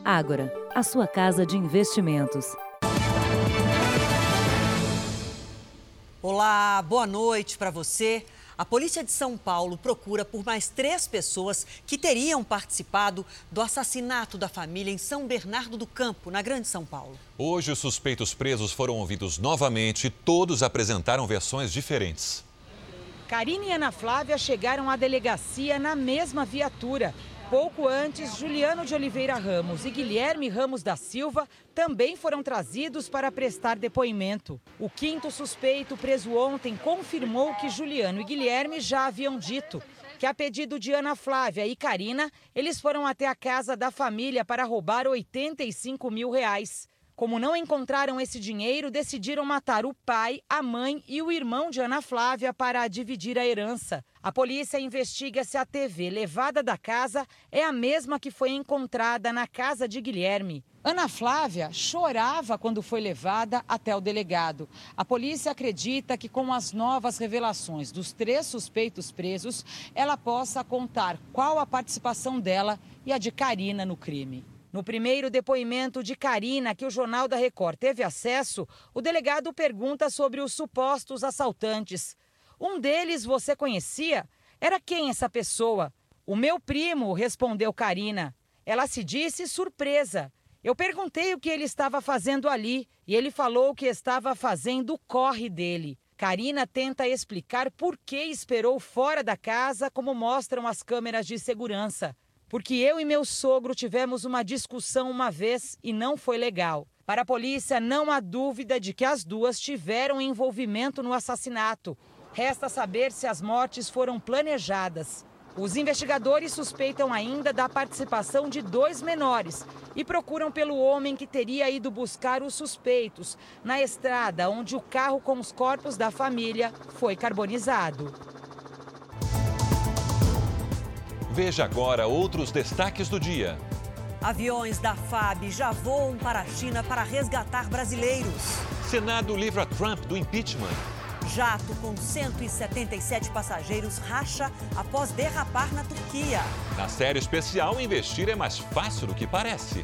Ágora, a sua casa de investimentos. Olá, boa noite para você. A Polícia de São Paulo procura por mais 3 pessoas que teriam participado do assassinato da família em São Bernardo do Campo, na Grande São Paulo. Hoje, os suspeitos presos foram ouvidos novamente e todos apresentaram versões diferentes. Karine e Ana Flávia chegaram à delegacia na mesma viatura. Pouco antes, Juliano de Oliveira Ramos e Guilherme Ramos da Silva também foram trazidos para prestar depoimento. O 5º suspeito preso ontem confirmou que Juliano e Guilherme já haviam dito que, a pedido de Ana Flávia e Karina, eles foram até a casa da família para roubar R$85 mil. Como não encontraram esse dinheiro, decidiram matar o pai, a mãe e o irmão de Ana Flávia para dividir a herança. A polícia investiga se a TV levada da casa é a mesma que foi encontrada na casa de Guilherme. Ana Flávia chorava quando foi levada até o delegado. A polícia acredita que, com as novas revelações dos 3 suspeitos presos, ela possa contar qual a participação dela e a de Karina no crime. No primeiro depoimento de Karina, que o Jornal da Record teve acesso, o delegado pergunta sobre os supostos assaltantes. Um deles você conhecia? Era quem essa pessoa? O meu primo, respondeu Karina. Ela se disse surpresa. Eu perguntei o que ele estava fazendo ali e ele falou que estava fazendo o corre dele. Karina tenta explicar por que esperou fora da casa, como mostram as câmeras de segurança. Porque eu e meu sogro tivemos uma discussão uma vez e não foi legal. Para a polícia, não há dúvida de que as duas tiveram envolvimento no assassinato. Resta saber se as mortes foram planejadas. Os investigadores suspeitam ainda da participação de 2 menores e procuram pelo homem que teria ido buscar os suspeitos na estrada onde o carro com os corpos da família foi carbonizado. Veja agora outros destaques do dia. Aviões da FAB já voam para a China para resgatar brasileiros. Senado livra Trump do impeachment. Jato com 177 passageiros racha após derrapar na Turquia. Na série especial, investir é mais fácil do que parece.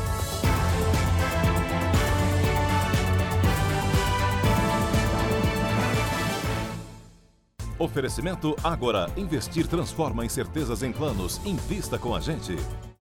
Oferecimento Ágora. Investir transforma incertezas em planos. Invista com a gente.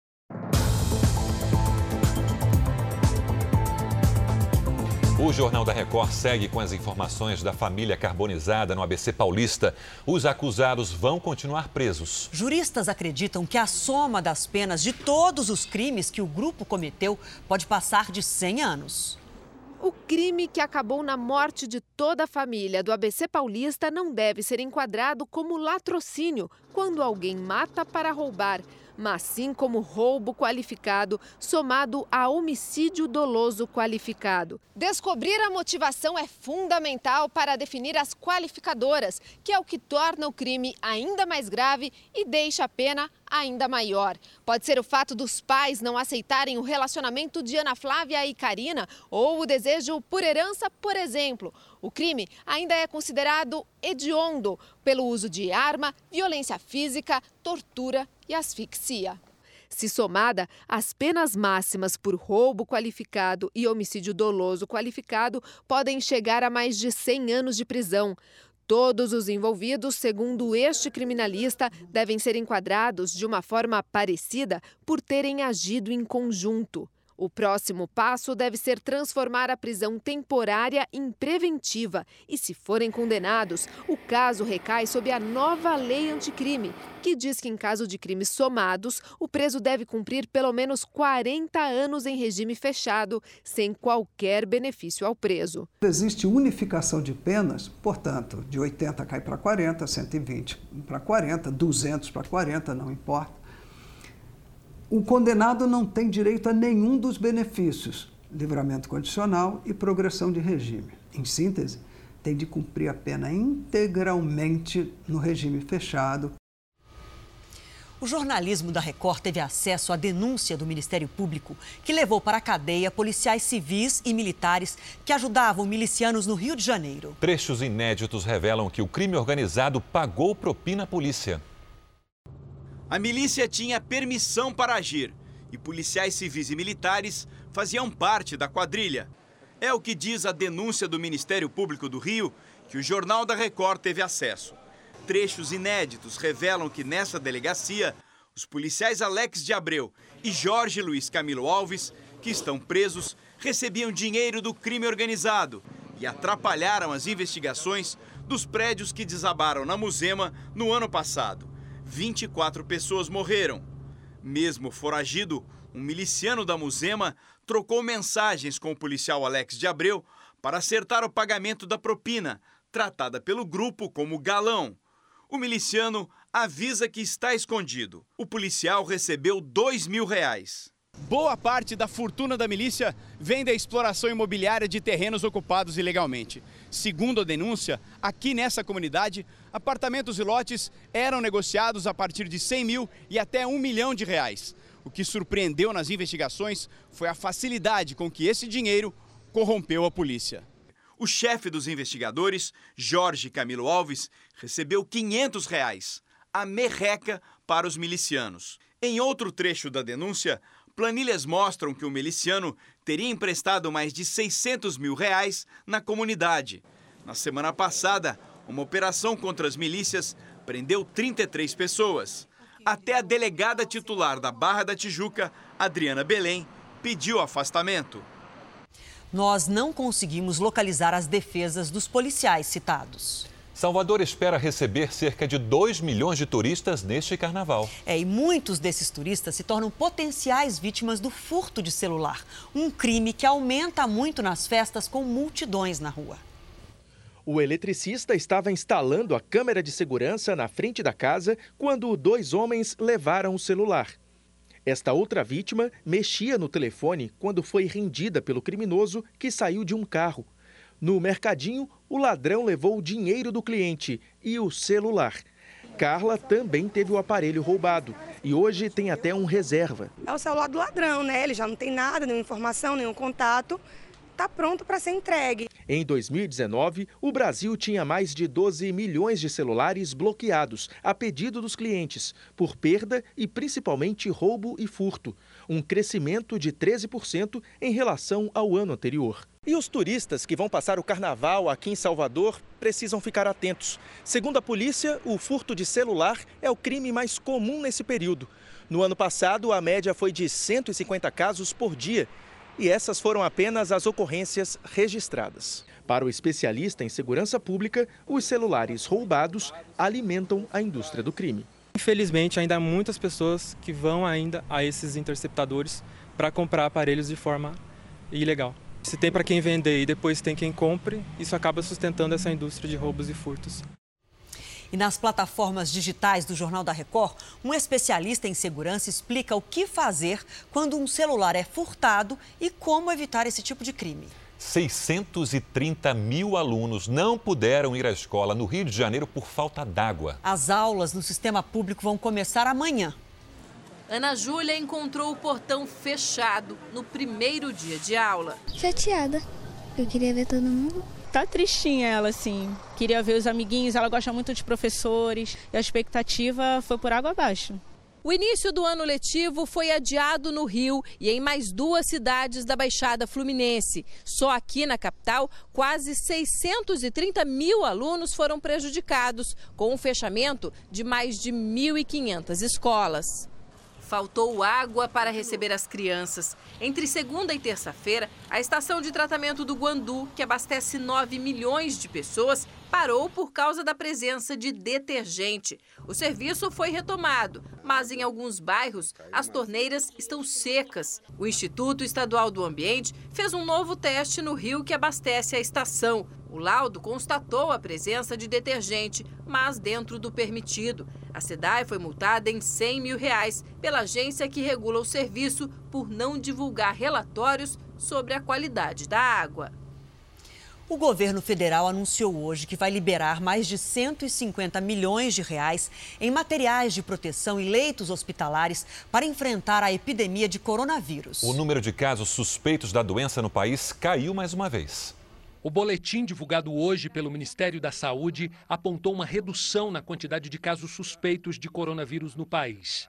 O Jornal da Record segue com as informações da família carbonizada no ABC Paulista. Os acusados vão continuar presos. Juristas acreditam que a soma das penas de todos os crimes que o grupo cometeu pode passar de 100 anos. O crime que acabou na morte de toda a família do ABC Paulista não deve ser enquadrado como latrocínio, quando alguém mata para roubar, mas sim como roubo qualificado, somado a homicídio doloso qualificado. Descobrir a motivação é fundamental para definir as qualificadoras, que é o que torna o crime ainda mais grave e deixa a pena ainda maior. Pode ser o fato dos pais não aceitarem o relacionamento de Ana Flávia e Karina ou o desejo por herança, por exemplo. O crime ainda é considerado hediondo pelo uso de arma, violência física, tortura e asfixia. Se somada, as penas máximas por roubo qualificado e homicídio doloso qualificado podem chegar a mais de 100 anos de prisão. Todos os envolvidos, segundo este criminalista, devem ser enquadrados de uma forma parecida por terem agido em conjunto. O próximo passo deve ser transformar a prisão temporária em preventiva e, se forem condenados, o caso recai sob a nova lei anticrime, que diz que, em caso de crimes somados, o preso deve cumprir pelo menos 40 anos em regime fechado, sem qualquer benefício ao preso. Existe unificação de penas, portanto, de 80 cai para 40, 120 para 40, 200 para 40, não importa. O condenado não tem direito a nenhum dos benefícios, livramento condicional e progressão de regime. Em síntese, tem de cumprir a pena integralmente no regime fechado. O jornalismo da Record teve acesso à denúncia do Ministério Público, que levou para a cadeia policiais civis e militares que ajudavam milicianos no Rio de Janeiro. Trechos inéditos revelam que o crime organizado pagou propina à polícia. A milícia tinha permissão para agir e policiais civis e militares faziam parte da quadrilha. É o que diz a denúncia do Ministério Público do Rio, que o Jornal da Record teve acesso. Trechos inéditos revelam que nessa delegacia, os policiais Alex de Abreu e Jorge Luiz Camilo Alves, que estão presos, recebiam dinheiro do crime organizado e atrapalharam as investigações dos prédios que desabaram na Muzema no ano passado. 24 pessoas morreram. Mesmo foragido, um miliciano da Muzema trocou mensagens com o policial Alex de Abreu para acertar o pagamento da propina, tratada pelo grupo como galão. O miliciano avisa que está escondido. O policial recebeu R$2.000. Boa parte da fortuna da milícia vem da exploração imobiliária de terrenos ocupados ilegalmente. Segundo a denúncia, aqui nessa comunidade, apartamentos e lotes eram negociados a partir de 100 mil e até R$1 milhão. O que surpreendeu nas investigações foi a facilidade com que esse dinheiro corrompeu a polícia. O chefe dos investigadores, Jorge Camilo Alves, recebeu R$500, a merreca para os milicianos. Em outro trecho da denúncia, planilhas mostram que o miliciano teria emprestado mais de R$600 mil na comunidade. Na semana passada, uma operação contra as milícias prendeu 33 pessoas. Até a delegada titular da Barra da Tijuca, Adriana Belém, pediu afastamento. Nós não conseguimos localizar as defesas dos policiais citados. Salvador espera receber cerca de 2 milhões de turistas neste carnaval. E muitos desses turistas se tornam potenciais vítimas do furto de celular. Um crime que aumenta muito nas festas com multidões na rua. O eletricista estava instalando a câmera de segurança na frente da casa quando 2 homens levaram o celular. Esta outra vítima mexia no telefone quando foi rendida pelo criminoso que saiu de um carro. No mercadinho, o ladrão levou o dinheiro do cliente e o celular. Carla também teve o aparelho roubado e hoje tem até um reserva. É o celular do ladrão, né? Ele já não tem nada, nenhuma informação, nenhum contato. Está pronto para ser entregue. Em 2019, o Brasil tinha mais de 12 milhões de celulares bloqueados a pedido dos clientes, por perda e principalmente roubo e furto, um crescimento de 13% em relação ao ano anterior. E os turistas que vão passar o carnaval aqui em Salvador precisam ficar atentos. Segundo a polícia, o furto de celular é o crime mais comum nesse período. No ano passado, a média foi de 150 casos por dia. E essas foram apenas as ocorrências registradas. Para o especialista em segurança pública, os celulares roubados alimentam a indústria do crime. Infelizmente, ainda há muitas pessoas que vão ainda a esses interceptadores para comprar aparelhos de forma ilegal. Se tem para quem vender e depois tem quem compre, isso acaba sustentando essa indústria de roubos e furtos. E nas plataformas digitais do Jornal da Record, um especialista em segurança explica o que fazer quando um celular é furtado e como evitar esse tipo de crime. 630 mil alunos não puderam ir à escola no Rio de Janeiro por falta d'água. As aulas no sistema público vão começar amanhã. Ana Júlia encontrou o portão fechado no primeiro dia de aula. Chateada. Eu queria ver todo mundo. Tá tristinha ela, assim. Queria ver os amiguinhos, ela gosta muito de professores e a expectativa foi por água abaixo. O início do ano letivo foi adiado no Rio e em mais 2 cidades da Baixada Fluminense. Só aqui na capital, quase 630 mil alunos foram prejudicados, com o fechamento de mais de 1.500 escolas. Faltou água para receber as crianças. Entre segunda e terça-feira, a estação de tratamento do Guandu, que abastece 9 milhões de pessoas, parou por causa da presença de detergente. O serviço foi retomado, mas em alguns bairros as torneiras estão secas. O Instituto Estadual do Ambiente fez um novo teste no rio que abastece a estação. O laudo constatou a presença de detergente, mas dentro do permitido. A SEDAI foi multada em R$100 mil pela agência que regula o serviço por não divulgar relatórios sobre a qualidade da água. O governo federal anunciou hoje que vai liberar mais de 150 milhões de reais em materiais de proteção e leitos hospitalares para enfrentar a epidemia de coronavírus. O número de casos suspeitos da doença no país caiu mais uma vez. O boletim divulgado hoje pelo Ministério da Saúde apontou uma redução na quantidade de casos suspeitos de coronavírus no país.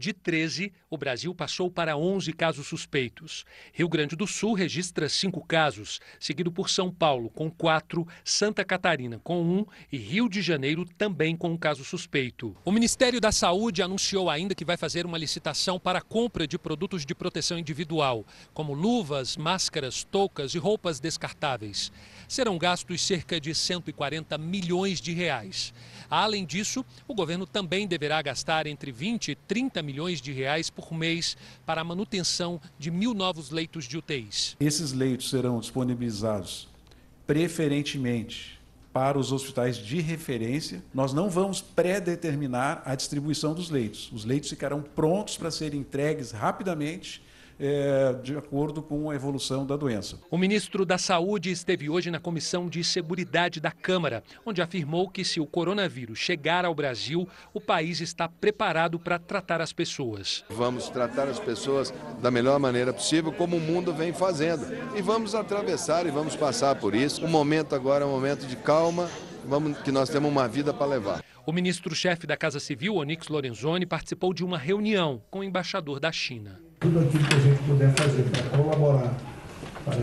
De 13, o Brasil passou para 11 casos suspeitos. Rio Grande do Sul registra 5 casos, seguido por São Paulo com 4, Santa Catarina com 1 e Rio de Janeiro também com um caso suspeito. O Ministério da Saúde anunciou ainda que vai fazer uma licitação para a compra de produtos de proteção individual, como luvas, máscaras, toucas e roupas descartáveis. Serão gastos cerca de 140 milhões de reais. Além disso, o governo também deverá gastar entre 20 e 30 milhões de reais por mês para a manutenção de 1.000 novos leitos de UTIs. Esses leitos serão disponibilizados preferentemente para os hospitais de referência. Nós não vamos pré-determinar a distribuição dos leitos. Os leitos ficarão prontos para serem entregues rapidamente, de acordo com a evolução da doença. O ministro da Saúde esteve hoje na Comissão de Seguridade da Câmara, onde afirmou que se o coronavírus chegar ao Brasil, o país está preparado para tratar as pessoas. Vamos tratar as pessoas da melhor maneira possível, como o mundo vem fazendo. E vamos atravessar e vamos passar por isso. O momento agora é um momento de calma, que nós temos uma vida para levar. O ministro-chefe da Casa Civil, Onyx Lorenzoni, participou de uma reunião com o embaixador da China. Tudo aquilo que a gente puder fazer para colaborar, para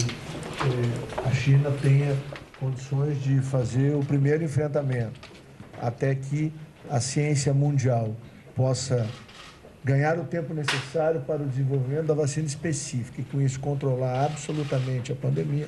que a China tenha condições de fazer o primeiro enfrentamento, até que a ciência mundial possa ganhar o tempo necessário para o desenvolvimento da vacina específica e, com isso, controlar absolutamente a pandemia.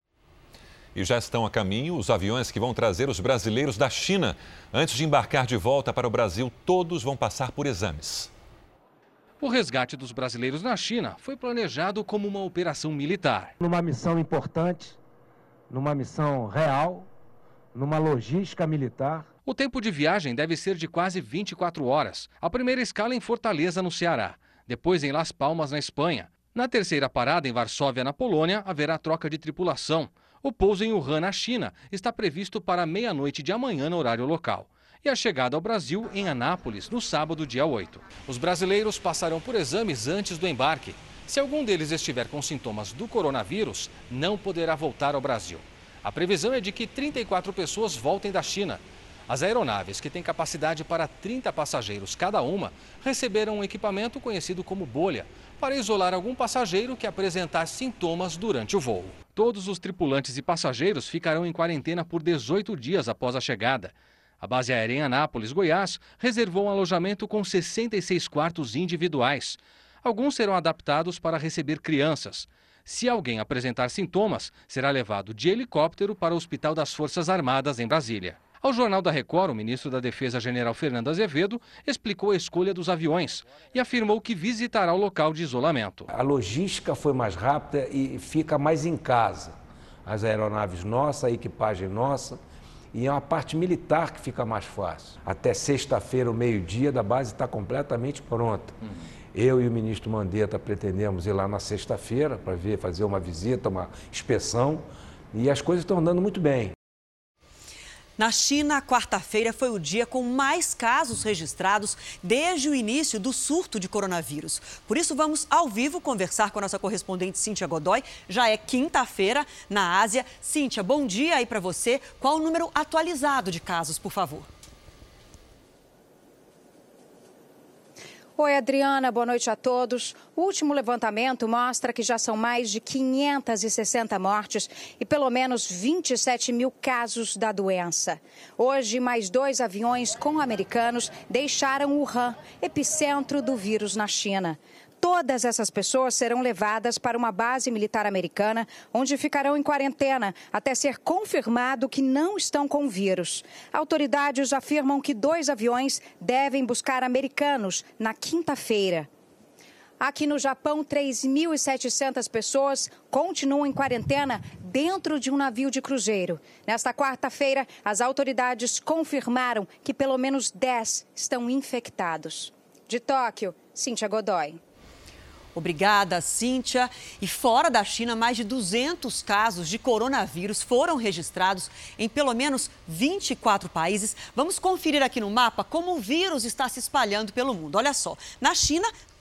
E já estão a caminho os aviões que vão trazer os brasileiros da China. Antes de embarcar de volta para o Brasil, todos vão passar por exames. O resgate dos brasileiros na China foi planejado como uma operação militar. Numa missão importante, numa missão real, numa logística militar. O tempo de viagem deve ser de quase 24 horas. A primeira escala em Fortaleza, no Ceará. Depois em Las Palmas, na Espanha. Na terceira parada, em Varsóvia, na Polônia, haverá troca de tripulação. O pouso em Wuhan, na China, está previsto para meia-noite de amanhã no horário local. E a chegada ao Brasil em Anápolis, no sábado, dia 8. Os brasileiros passarão por exames antes do embarque. Se algum deles estiver com sintomas do coronavírus, não poderá voltar ao Brasil. A previsão é de que 34 pessoas voltem da China. As aeronaves, que têm capacidade para 30 passageiros cada uma, receberam um equipamento conhecido como bolha, para isolar algum passageiro que apresentar sintomas durante o voo. Todos os tripulantes e passageiros ficarão em quarentena por 18 dias após a chegada. A base aérea em Anápolis, Goiás, reservou um alojamento com 66 quartos individuais. Alguns serão adaptados para receber crianças. Se alguém apresentar sintomas, será levado de helicóptero para o Hospital das Forças Armadas, em Brasília. Ao Jornal da Record, o ministro da Defesa, general Fernando Azevedo, explicou a escolha dos aviões e afirmou que visitará o local de isolamento. A logística foi mais rápida e fica mais em casa. As aeronaves nossas, a equipagem nossa. E é uma parte militar que fica mais fácil. Até sexta-feira, ao meio-dia, da base está completamente pronta. Eu e o ministro Mandetta pretendemos ir lá na sexta-feira para fazer uma visita, uma inspeção, e as coisas estão andando muito bem. Na China, quarta-feira foi o dia com mais casos registrados desde o início do surto de coronavírus. Por isso, vamos ao vivo conversar com a nossa correspondente Cíntia Godoy. Já é quinta-feira na Ásia. Cíntia, bom dia aí para você. Qual o número atualizado de casos, por favor? Oi, Adriana, boa noite a todos. O último levantamento mostra que já são mais de 560 mortes e pelo menos 27 mil casos da doença. Hoje, mais 2 aviões com americanos deixaram Wuhan, epicentro do vírus na China. Todas essas pessoas serão levadas para uma base militar americana, onde ficarão em quarentena, até ser confirmado que não estão com o vírus. Autoridades afirmam que 2 aviões devem buscar americanos na quinta-feira. Aqui no Japão, 3.700 pessoas continuam em quarentena dentro de um navio de cruzeiro. Nesta quarta-feira, as autoridades confirmaram que pelo menos 10 estão infectados. De Tóquio, Cíntia Godoy. Obrigada, Cíntia. E fora da China, mais de 200 casos de coronavírus foram registrados em pelo menos 24 países. Vamos conferir aqui no mapa como o vírus está se espalhando pelo mundo. Olha só, na China,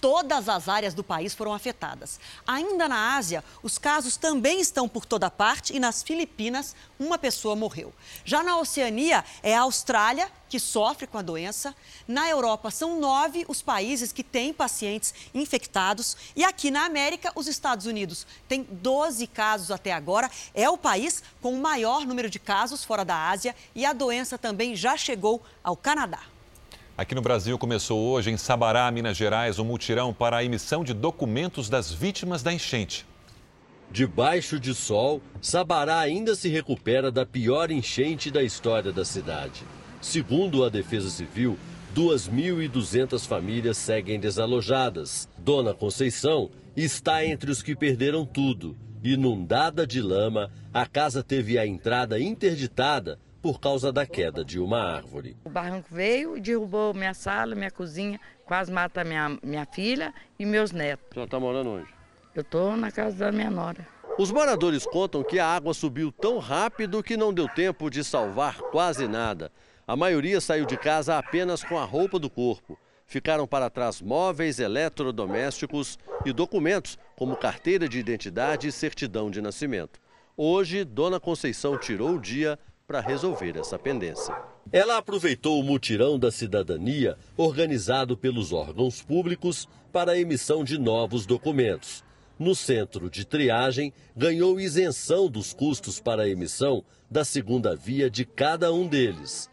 todas as áreas do país foram afetadas. Ainda na Ásia, os casos também estão por toda parte e nas Filipinas, uma pessoa morreu. Já na Oceania, é a Austrália que sofre com a doença. Na Europa, são 9 os países que têm pacientes infectados. E aqui na América, os Estados Unidos têm 12 casos até agora. É o país com o maior número de casos fora da Ásia e a doença também já chegou ao Canadá. Aqui no Brasil começou hoje, em Sabará, Minas Gerais, um mutirão para a emissão de documentos das vítimas da enchente. Debaixo de sol, Sabará ainda se recupera da pior enchente da história da cidade. Segundo a Defesa Civil, 2.200 famílias seguem desalojadas. Dona Conceição está entre os que perderam tudo. Inundada de lama, a casa teve a entrada interditada por causa da queda de uma árvore. O barranco veio e derrubou minha sala, minha cozinha, quase mata minha filha e meus netos. A senhora está morando onde? Eu estou na casa da minha nora. Os moradores contam que a água subiu tão rápido que não deu tempo de salvar quase nada. A maioria saiu de casa apenas com a roupa do corpo. Ficaram para trás móveis, eletrodomésticos e documentos, como carteira de identidade e certidão de nascimento. Hoje, Dona Conceição tirou o dia para resolver essa pendência. Ela aproveitou o mutirão da cidadania, organizado pelos órgãos públicos, para a emissão de novos documentos. No centro de triagem, ganhou isenção dos custos para a emissão da segunda via de cada um deles.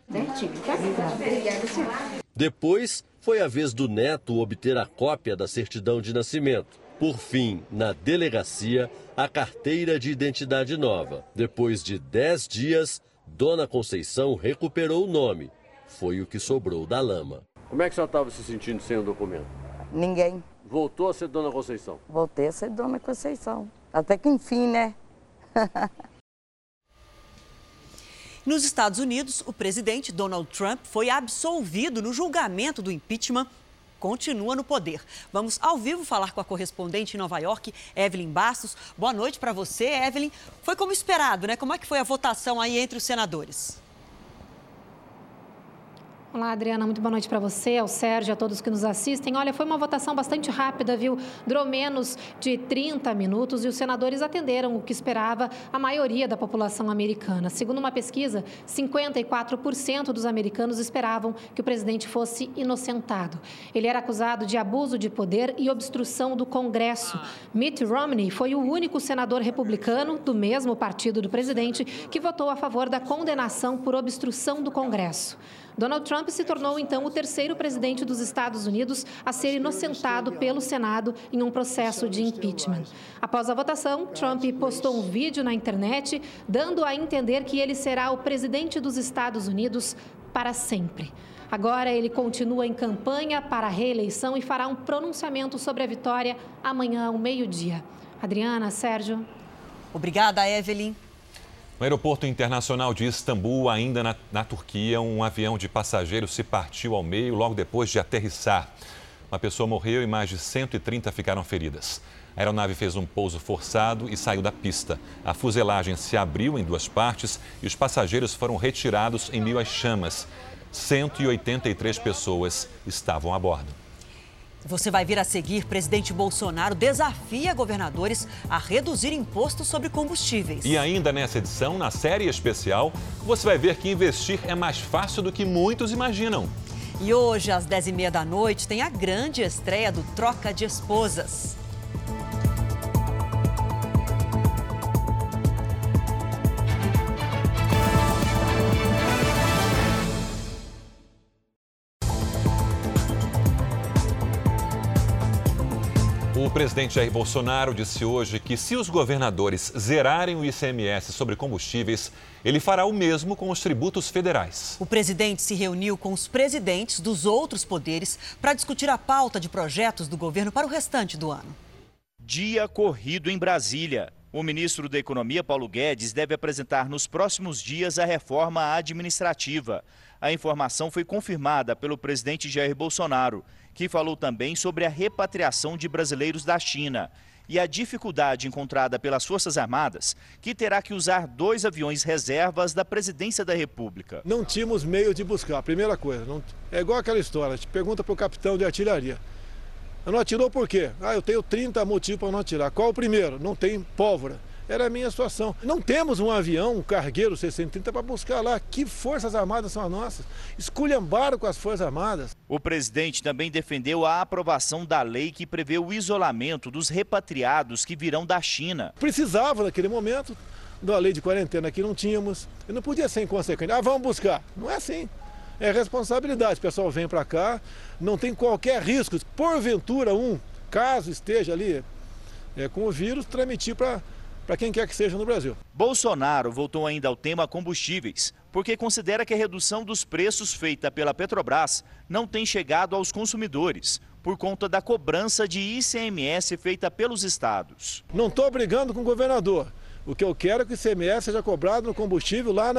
Depois, foi a vez do neto obter a cópia da certidão de nascimento. Por fim, na delegacia, a carteira de identidade nova. Depois de 10 dias, Dona Conceição recuperou o nome. Foi o que sobrou da lama. Como é que a senhora estava se sentindo sem o documento? Ninguém. Voltou a ser Dona Conceição? Voltei a ser Dona Conceição. Até que enfim, né? Nos Estados Unidos, o presidente Donald Trump foi absolvido no julgamento do impeachment. Continua no poder. Vamos ao vivo falar com a correspondente em Nova York, Evelyn Bastos. Boa noite para você, Evelyn. Foi como esperado, né? Como é que foi a votação aí entre os senadores? Olá, Adriana, muito boa noite para você, ao Sérgio, a todos que nos assistem. Olha, foi uma votação bastante rápida, viu? Durou menos de 30 minutos e os senadores atenderam o que esperava a maioria da população americana. Segundo uma pesquisa, 54% dos americanos esperavam que o presidente fosse inocentado. Ele era acusado de abuso de poder e obstrução do Congresso. Mitt Romney foi o único senador republicano do mesmo partido do presidente que votou a favor da condenação por obstrução do Congresso. Donald Trump se tornou, então, o terceiro presidente dos Estados Unidos a ser inocentado pelo Senado em um processo de impeachment. Após a votação, Trump postou um vídeo na internet, dando a entender que ele será o presidente dos Estados Unidos para sempre. Agora, ele continua em campanha para a reeleição e fará um pronunciamento sobre a vitória amanhã, ao meio-dia. Adriana, Sérgio. Obrigada, Evelyn. No aeroporto internacional de Istambul, ainda na Turquia, um avião de passageiros se partiu ao meio logo depois de aterrissar. Uma pessoa morreu e mais de 130 ficaram feridas. A aeronave fez um pouso forçado e saiu da pista. A fuselagem se abriu em 2 partes e os passageiros foram retirados em meio às chamas. 183 pessoas estavam a bordo. Você vai ver a seguir, presidente Bolsonaro desafia governadores a reduzir impostos sobre combustíveis. E ainda nessa edição, na série especial, você vai ver que investir é mais fácil do que muitos imaginam. E hoje, às 10h30 da noite, tem a grande estreia do Troca de Esposas. O presidente Jair Bolsonaro disse hoje que se os governadores zerarem o ICMS sobre combustíveis, ele fará o mesmo com os tributos federais. O presidente se reuniu com os presidentes dos outros poderes para discutir a pauta de projetos do governo para o restante do ano. Dia corrido em Brasília. O ministro da Economia, Paulo Guedes, deve apresentar nos próximos dias a reforma administrativa. A informação foi confirmada pelo presidente Jair Bolsonaro, que falou também sobre a repatriação de brasileiros da China e a dificuldade encontrada pelas Forças Armadas, que terá que usar 2 aviões reservas da Presidência da República. Não tínhamos meio de buscar, a primeira coisa. É igual aquela história, a gente pergunta para o capitão de artilharia. Não atirou por quê? Eu tenho 30 motivos para não atirar. Qual o primeiro? Não tem pólvora. Era a minha situação. Não temos um avião, um cargueiro 630 para buscar lá. Que forças armadas são as nossas? Esculhambaram com as forças armadas. O presidente também defendeu a aprovação da lei que prevê o isolamento dos repatriados que virão da China. Precisava, naquele momento, da lei de quarentena que não tínhamos. E não podia ser inconsequente. Vamos buscar. Não é assim. É responsabilidade. O pessoal vem para cá, não tem qualquer risco. Porventura, caso esteja ali com o vírus, transmitir para quem quer que seja no Brasil. Bolsonaro voltou ainda ao tema combustíveis, porque considera que a redução dos preços feita pela Petrobras não tem chegado aos consumidores, por conta da cobrança de ICMS feita pelos estados. Não estou brigando com o governador. O que eu quero é que o ICMS seja cobrado no combustível lá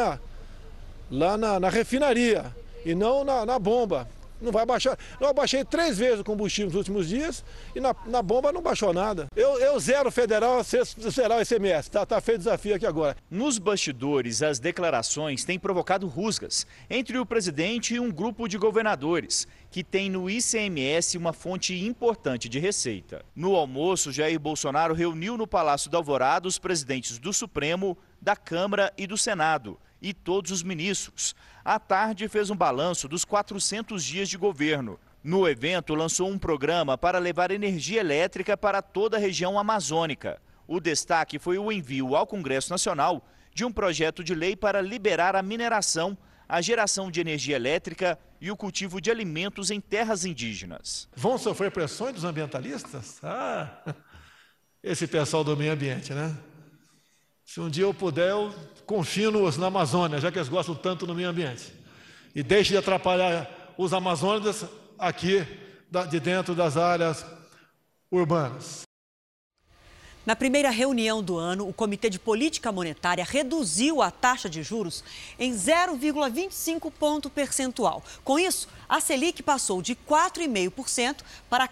na refinaria e não na bomba. Não vai baixar. Eu baixei 3 vezes o combustível nos últimos dias e na bomba não baixou nada. Eu zero federal, zerar o ICMS. Tá feito o desafio aqui agora. Nos bastidores, as declarações têm provocado rusgas entre o presidente e um grupo de governadores, que tem no ICMS uma fonte importante de receita. No almoço, Jair Bolsonaro reuniu no Palácio da Alvorada os presidentes do Supremo, da Câmara e do Senado e todos os ministros. À tarde, fez um balanço dos 400 dias de governo. No evento, lançou um programa para levar energia elétrica para toda a região amazônica. O destaque foi o envio ao Congresso Nacional de um projeto de lei para liberar a mineração, a geração de energia elétrica e o cultivo de alimentos em terras indígenas. Vão sofrer pressões dos ambientalistas? Esse pessoal do meio ambiente, né? Se um dia eu puder, eu confino-os na Amazônia, já que eles gostam tanto do meio ambiente. E deixe de atrapalhar os amazônicos aqui de dentro das áreas urbanas. Na primeira reunião do ano, o Comitê de Política Monetária reduziu a taxa de juros em 0,25 ponto percentual. Com isso, a Selic passou de 4,5% para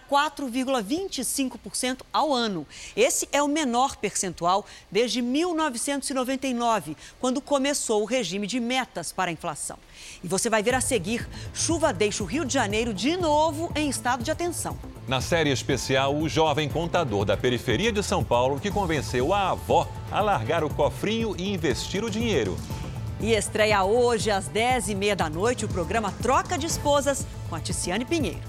4,25% ao ano. Esse é o menor percentual desde 1999, quando começou o regime de metas para a inflação. E você vai ver a seguir, chuva deixa o Rio de Janeiro de novo em estado de atenção. Na série especial, o jovem contador da periferia de São Paulo que convenceu a avó a largar o cofrinho e investir o dinheiro. E estreia hoje às 10h30 da noite o programa Troca de Esposas com a Ticiane Pinheiro.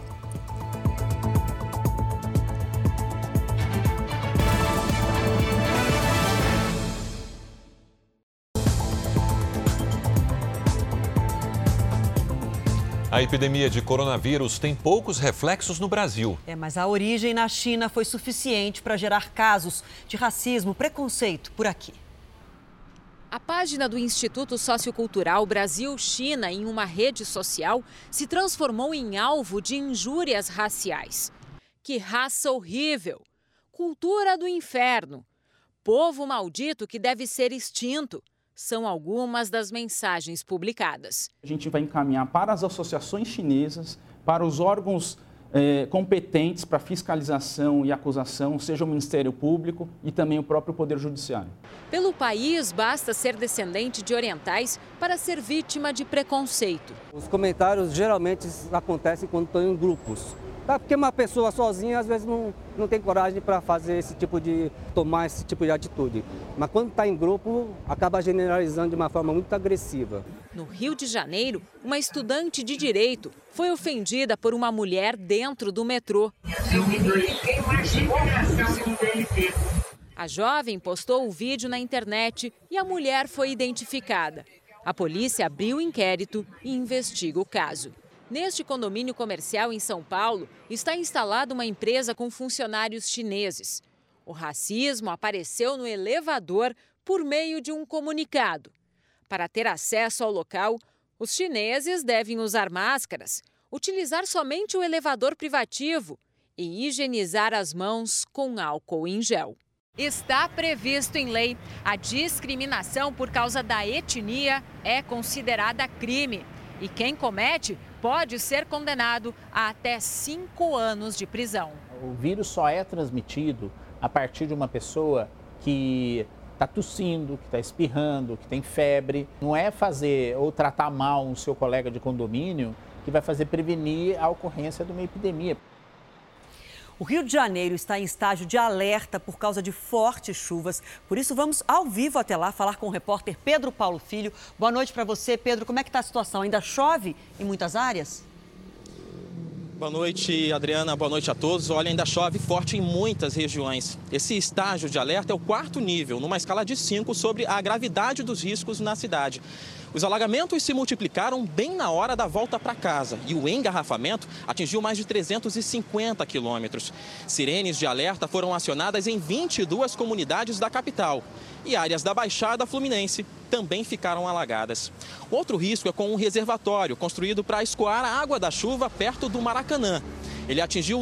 A epidemia de coronavírus tem poucos reflexos no Brasil. Mas a origem na China foi suficiente para gerar casos de racismo, preconceito por aqui. A página do Instituto Sociocultural Brasil-China em uma rede social se transformou em alvo de injúrias raciais. Que raça horrível! Cultura do inferno! Povo maldito que deve ser extinto! São algumas das mensagens publicadas. A gente vai encaminhar para as associações chinesas, para os órgãos competentes para fiscalização e acusação, seja o Ministério Público e também o próprio Poder Judiciário. Pelo país, basta ser descendente de orientais para ser vítima de preconceito. Os comentários geralmente acontecem quando estão em grupos. Porque uma pessoa sozinha, às vezes, não tem coragem para fazer tomar esse tipo de atitude. Mas quando está em grupo, acaba generalizando de uma forma muito agressiva. No Rio de Janeiro, uma estudante de direito foi ofendida por uma mulher dentro do metrô. A jovem postou o vídeo na internet e a mulher foi identificada. A polícia abriu o inquérito e investiga o caso. Neste condomínio comercial em São Paulo, está instalada uma empresa com funcionários chineses. O racismo apareceu no elevador por meio de um comunicado. Para ter acesso ao local, os chineses devem usar máscaras, utilizar somente o elevador privativo e higienizar as mãos com álcool em gel. Está previsto em lei. A discriminação por causa da etnia é considerada crime. E quem comete pode ser condenado a até 5 anos de prisão. O vírus só é transmitido a partir de uma pessoa que está tossindo, que está espirrando, que tem febre. Não é fazer ou tratar mal o seu colega de condomínio que vai fazer prevenir a ocorrência de uma epidemia. O Rio de Janeiro está em estágio de alerta por causa de fortes chuvas. Por isso, vamos ao vivo até lá falar com o repórter Pedro Paulo Filho. Boa noite para você, Pedro. Como é que está a situação? Ainda chove em muitas áreas? Boa noite, Adriana. Boa noite a todos. Olha, ainda chove forte em muitas regiões. Esse estágio de alerta é o 4º nível, numa escala de 5, sobre a gravidade dos riscos na cidade. Os alagamentos se multiplicaram bem na hora da volta para casa e o engarrafamento atingiu mais de 350 quilômetros. Sirenes de alerta foram acionadas em 22 comunidades da capital e áreas da Baixada Fluminense também ficaram alagadas. Outro risco é com um reservatório construído para escoar a água da chuva perto do Maracanã. Ele atingiu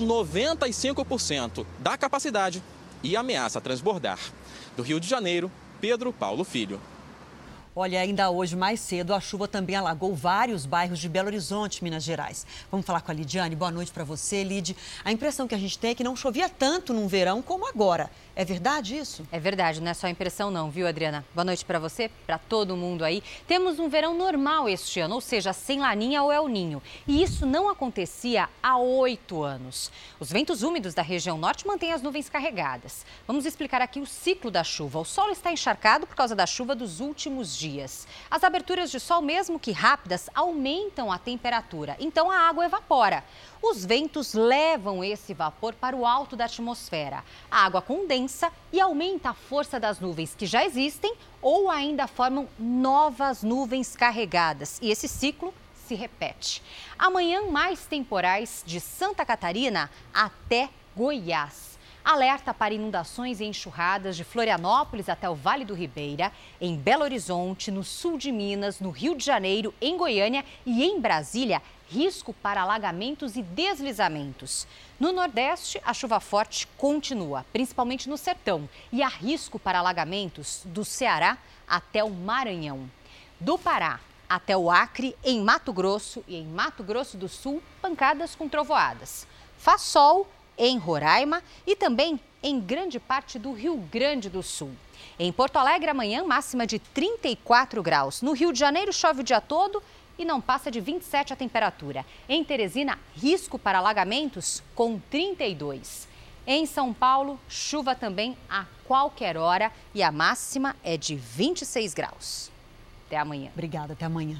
95% da capacidade e ameaça transbordar. Do Rio de Janeiro, Pedro Paulo Filho. Olha, ainda hoje, mais cedo, a chuva também alagou vários bairros de Belo Horizonte, Minas Gerais. Vamos falar com a Lidiane. Boa noite para você, Lid. A impressão que a gente tem é que não chovia tanto num verão como agora. É verdade isso? É verdade, não é só impressão não, viu, Adriana? Boa noite para você, para todo mundo aí. Temos um verão normal este ano, ou seja, sem Laninha ou El Ninho. E isso não acontecia há 8 anos. Os ventos úmidos da região norte mantêm as nuvens carregadas. Vamos explicar aqui o ciclo da chuva. O solo está encharcado por causa da chuva dos últimos dias. As aberturas de sol, mesmo que rápidas, aumentam a temperatura, então a água evapora. Os ventos levam esse vapor para o alto da atmosfera. A água condensa e aumenta a força das nuvens que já existem ou ainda formam novas nuvens carregadas. E esse ciclo se repete. Amanhã, mais temporais de Santa Catarina até Goiás. Alerta para inundações e enxurradas de Florianópolis até o Vale do Ribeira, em Belo Horizonte, no sul de Minas, no Rio de Janeiro, em Goiânia e em Brasília, risco para alagamentos e deslizamentos. No Nordeste, a chuva forte continua, principalmente no sertão, e há risco para alagamentos do Ceará até o Maranhão. Do Pará até o Acre, em Mato Grosso e em Mato Grosso do Sul, pancadas com trovoadas. Faz sol em Roraima e também em grande parte do Rio Grande do Sul. Em Porto Alegre, amanhã, máxima de 34 graus. No Rio de Janeiro, chove o dia todo e não passa de 27 a temperatura. Em Teresina, risco para alagamentos com 32. Em São Paulo, chuva também a qualquer hora e a máxima é de 26 graus. Até amanhã. Obrigada, até amanhã.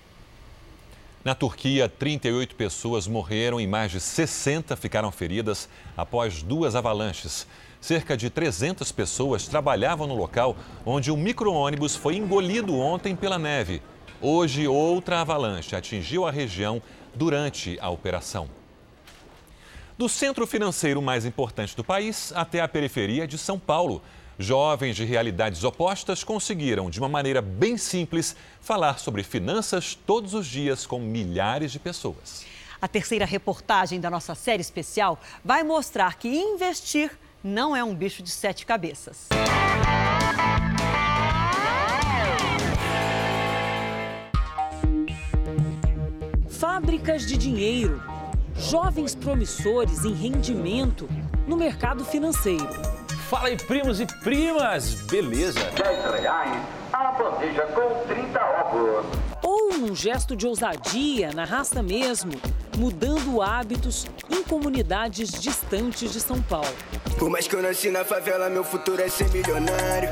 Na Turquia, 38 pessoas morreram e mais de 60 ficaram feridas após 2 avalanches. Cerca de 300 pessoas trabalhavam no local onde um micro-ônibus foi engolido ontem pela neve. Hoje, outra avalanche atingiu a região durante a operação. Do centro financeiro mais importante do país até a periferia de São Paulo, jovens de realidades opostas conseguiram, de uma maneira bem simples, falar sobre finanças todos os dias com milhares de pessoas. A terceira reportagem da nossa série especial vai mostrar que investir não é um bicho de 7 cabeças. Fábricas de dinheiro, jovens promissores em rendimento no mercado financeiro. Fala aí, primos e primas, beleza? R$10, a bandeja com 30 ovos. Ou num gesto de ousadia, na raça mesmo, mudando hábitos em comunidades distantes de São Paulo. Por mais que eu nasci na favela, meu futuro é ser milionário.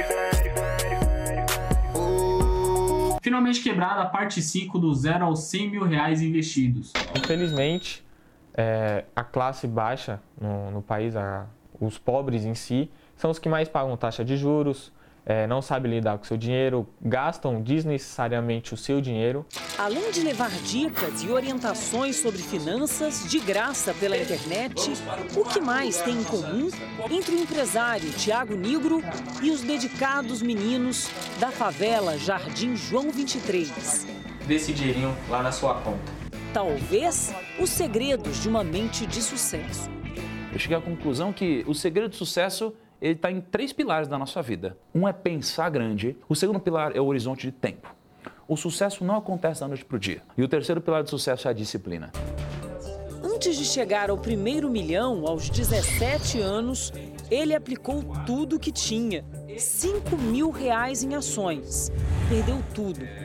Finalmente quebrada a parte 5 do 0 aos 100 mil reais investidos. Infelizmente, a classe baixa no país, os pobres em si, são os que mais pagam taxa de juros, não sabem lidar com o seu dinheiro, gastam desnecessariamente o seu dinheiro. Além de levar dicas e orientações sobre finanças de graça pela internet, o que mais tem em comum entre o empresário Tiago Nigro e os dedicados meninos da favela Jardim João 23? Dê esse dinheirinho lá na sua conta. Talvez os segredos de uma mente de sucesso. Eu cheguei à conclusão que o segredo do sucesso ele está em 3 pilares da nossa vida. Um é pensar grande, o segundo pilar é o horizonte de tempo. O sucesso não acontece da noite para o dia. E o terceiro pilar do sucesso é a disciplina. Antes de chegar ao primeiro milhão, aos 17 anos, ele aplicou tudo o que tinha. R$5 mil em ações. Perdeu tudo.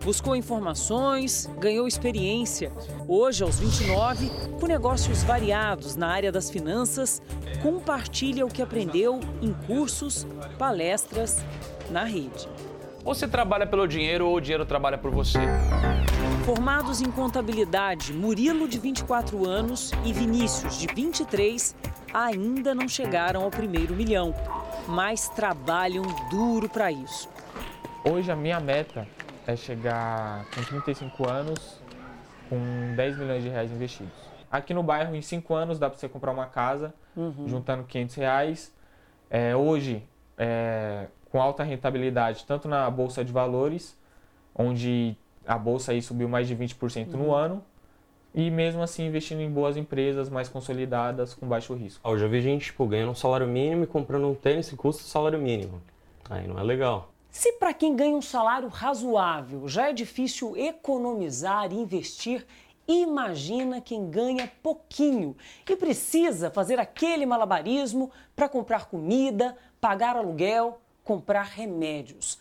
Buscou informações, ganhou experiência. Hoje, aos 29, com negócios variados na área das finanças, compartilha o que aprendeu em cursos, palestras, na rede. Ou você trabalha pelo dinheiro ou o dinheiro trabalha por você. Formados em contabilidade, Murilo, de 24 anos, e Vinícius, de 23, ainda não chegaram ao primeiro milhão, mas trabalham duro para isso. Hoje a minha meta é chegar com 35 anos com 10 milhões de reais investidos. Aqui no bairro, em 5 anos, dá para você comprar uma casa, juntando 500 reais. Hoje, com alta rentabilidade, tanto na Bolsa de Valores, onde a Bolsa aí subiu mais de 20% no ano, e mesmo assim investindo em boas empresas mais consolidadas, com baixo risco. Eu já vi gente ganhando um salário mínimo e comprando um tênis que custa o salário mínimo. Aí não é legal. Se para quem ganha um salário razoável já é difícil economizar e investir, imagina quem ganha pouquinho e precisa fazer aquele malabarismo para comprar comida, pagar aluguel, comprar remédios.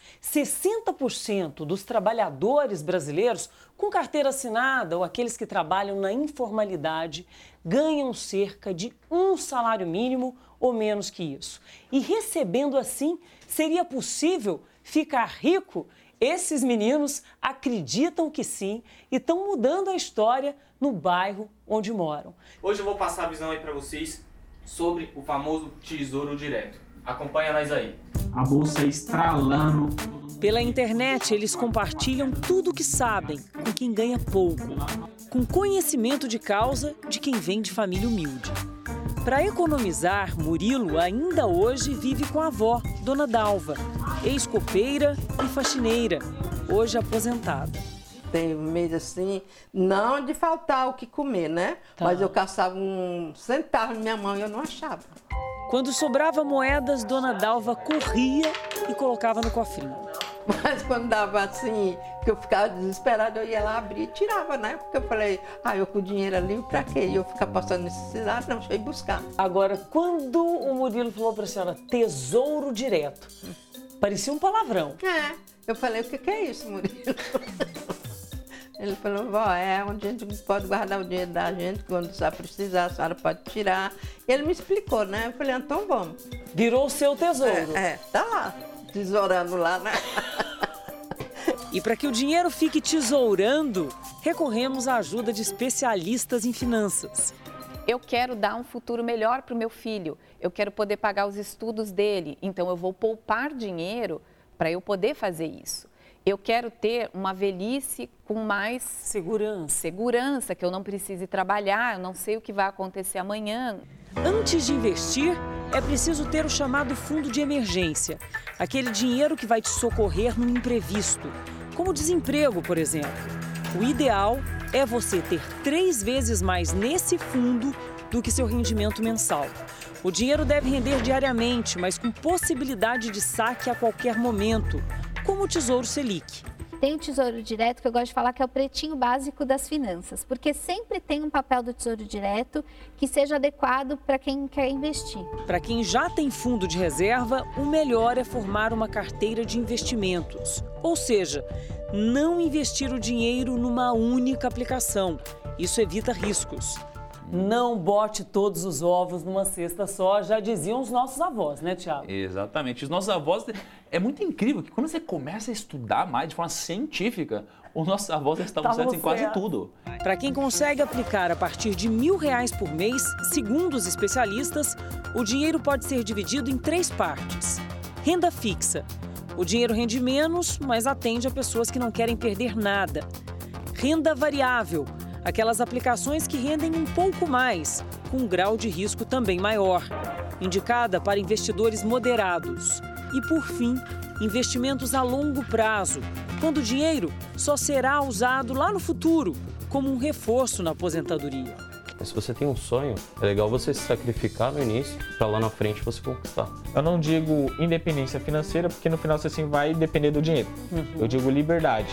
60% dos trabalhadores brasileiros com carteira assinada ou aqueles que trabalham na informalidade ganham cerca de um salário mínimo ou menos que isso. E recebendo assim, seria possível ficar rico? Esses meninos acreditam que sim e estão mudando a história no bairro onde moram. Hoje eu vou passar a visão aí para vocês sobre o famoso Tesouro Direto. Acompanha nós aí. A bolsa estralando. Pela internet, eles compartilham tudo o que sabem com quem ganha pouco, com conhecimento de causa de quem vem de família humilde. Para economizar, Murilo ainda hoje vive com a avó, Dona Dalva, ex-copeira e faxineira, hoje aposentada. Tem mês assim, não de faltar o que comer, né? Tá. Mas eu caçava um centavo na minha mão e eu não achava. Quando sobrava moedas, Dona Dalva corria e colocava no cofrinho. Mas quando dava assim, que eu ficava desesperada, eu ia lá abrir e tirava, né? Porque eu falei, eu com o dinheiro ali, pra quê? E eu ficar passando necessidade, não, deixa eu ir buscar. Agora, quando o Murilo falou pra senhora Tesouro Direto, parecia um palavrão. Eu falei, o que é isso, Murilo? Ele falou, vó, é onde a gente pode guardar o dinheiro da gente, quando você precisar, a senhora pode tirar. E ele me explicou, né? Eu falei, então vamos. Virou o seu tesouro. Tá lá, tesourando lá, né? E para que o dinheiro fique tesourando, recorremos à ajuda de especialistas em finanças. Eu quero dar um futuro melhor para o meu filho, eu quero poder pagar os estudos dele, então eu vou poupar dinheiro para eu poder fazer isso. Eu quero ter uma velhice com mais segurança, que eu não precise trabalhar, eu não sei o que vai acontecer amanhã. Antes de investir, é preciso ter o chamado fundo de emergência, aquele dinheiro que vai te socorrer num imprevisto, como desemprego, por exemplo. O ideal é você ter 3 vezes mais nesse fundo do que seu rendimento mensal. O dinheiro deve render diariamente, mas com possibilidade de saque a qualquer momento, como o Tesouro Selic. Tem o Tesouro Direto, que eu gosto de falar que é o pretinho básico das finanças, porque sempre tem um papel do Tesouro Direto que seja adequado para quem quer investir. Para quem já tem fundo de reserva, o melhor é formar uma carteira de investimentos, ou seja, não investir o dinheiro numa única aplicação. Isso evita riscos. Não bote todos os ovos numa cesta só, já diziam os nossos avós, né, Thiago? Exatamente. Os nossos avós, é muito incrível que quando você começa a estudar mais de forma científica, os nossos avós já estavam certos em quase tudo. Para quem consegue aplicar a partir de R$1.000 por mês, segundo os especialistas, o dinheiro pode ser dividido em 3 partes. Renda fixa. O dinheiro rende menos, mas atende a pessoas que não querem perder nada. Renda variável. Aquelas aplicações que rendem um pouco mais, com um grau de risco também maior. Indicada para investidores moderados. E, por fim, investimentos a longo prazo, quando o dinheiro só será usado lá no futuro, como um reforço na aposentadoria. Se você tem um sonho, é legal você se sacrificar no início, para lá na frente você conquistar. Eu não digo independência financeira, porque no final você assim vai depender do dinheiro. Eu digo liberdade.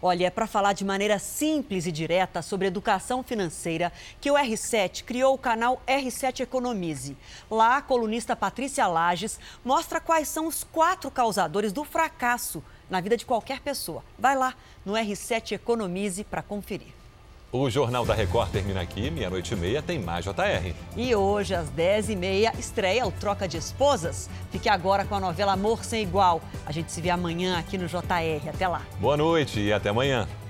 Olha, é para falar de maneira simples e direta sobre educação financeira que o R7 criou o canal R7 Economize. Lá, a colunista Patrícia Lages mostra quais são os 4 causadores do fracasso na vida de qualquer pessoa. Vai lá no R7 Economize para conferir. O Jornal da Record termina aqui, 00:30, tem mais JR. E hoje, às 10h30, estreia o Troca de Esposas. Fique agora com a novela Amor Sem Igual. A gente se vê amanhã aqui no JR. Até lá. Boa noite e até amanhã.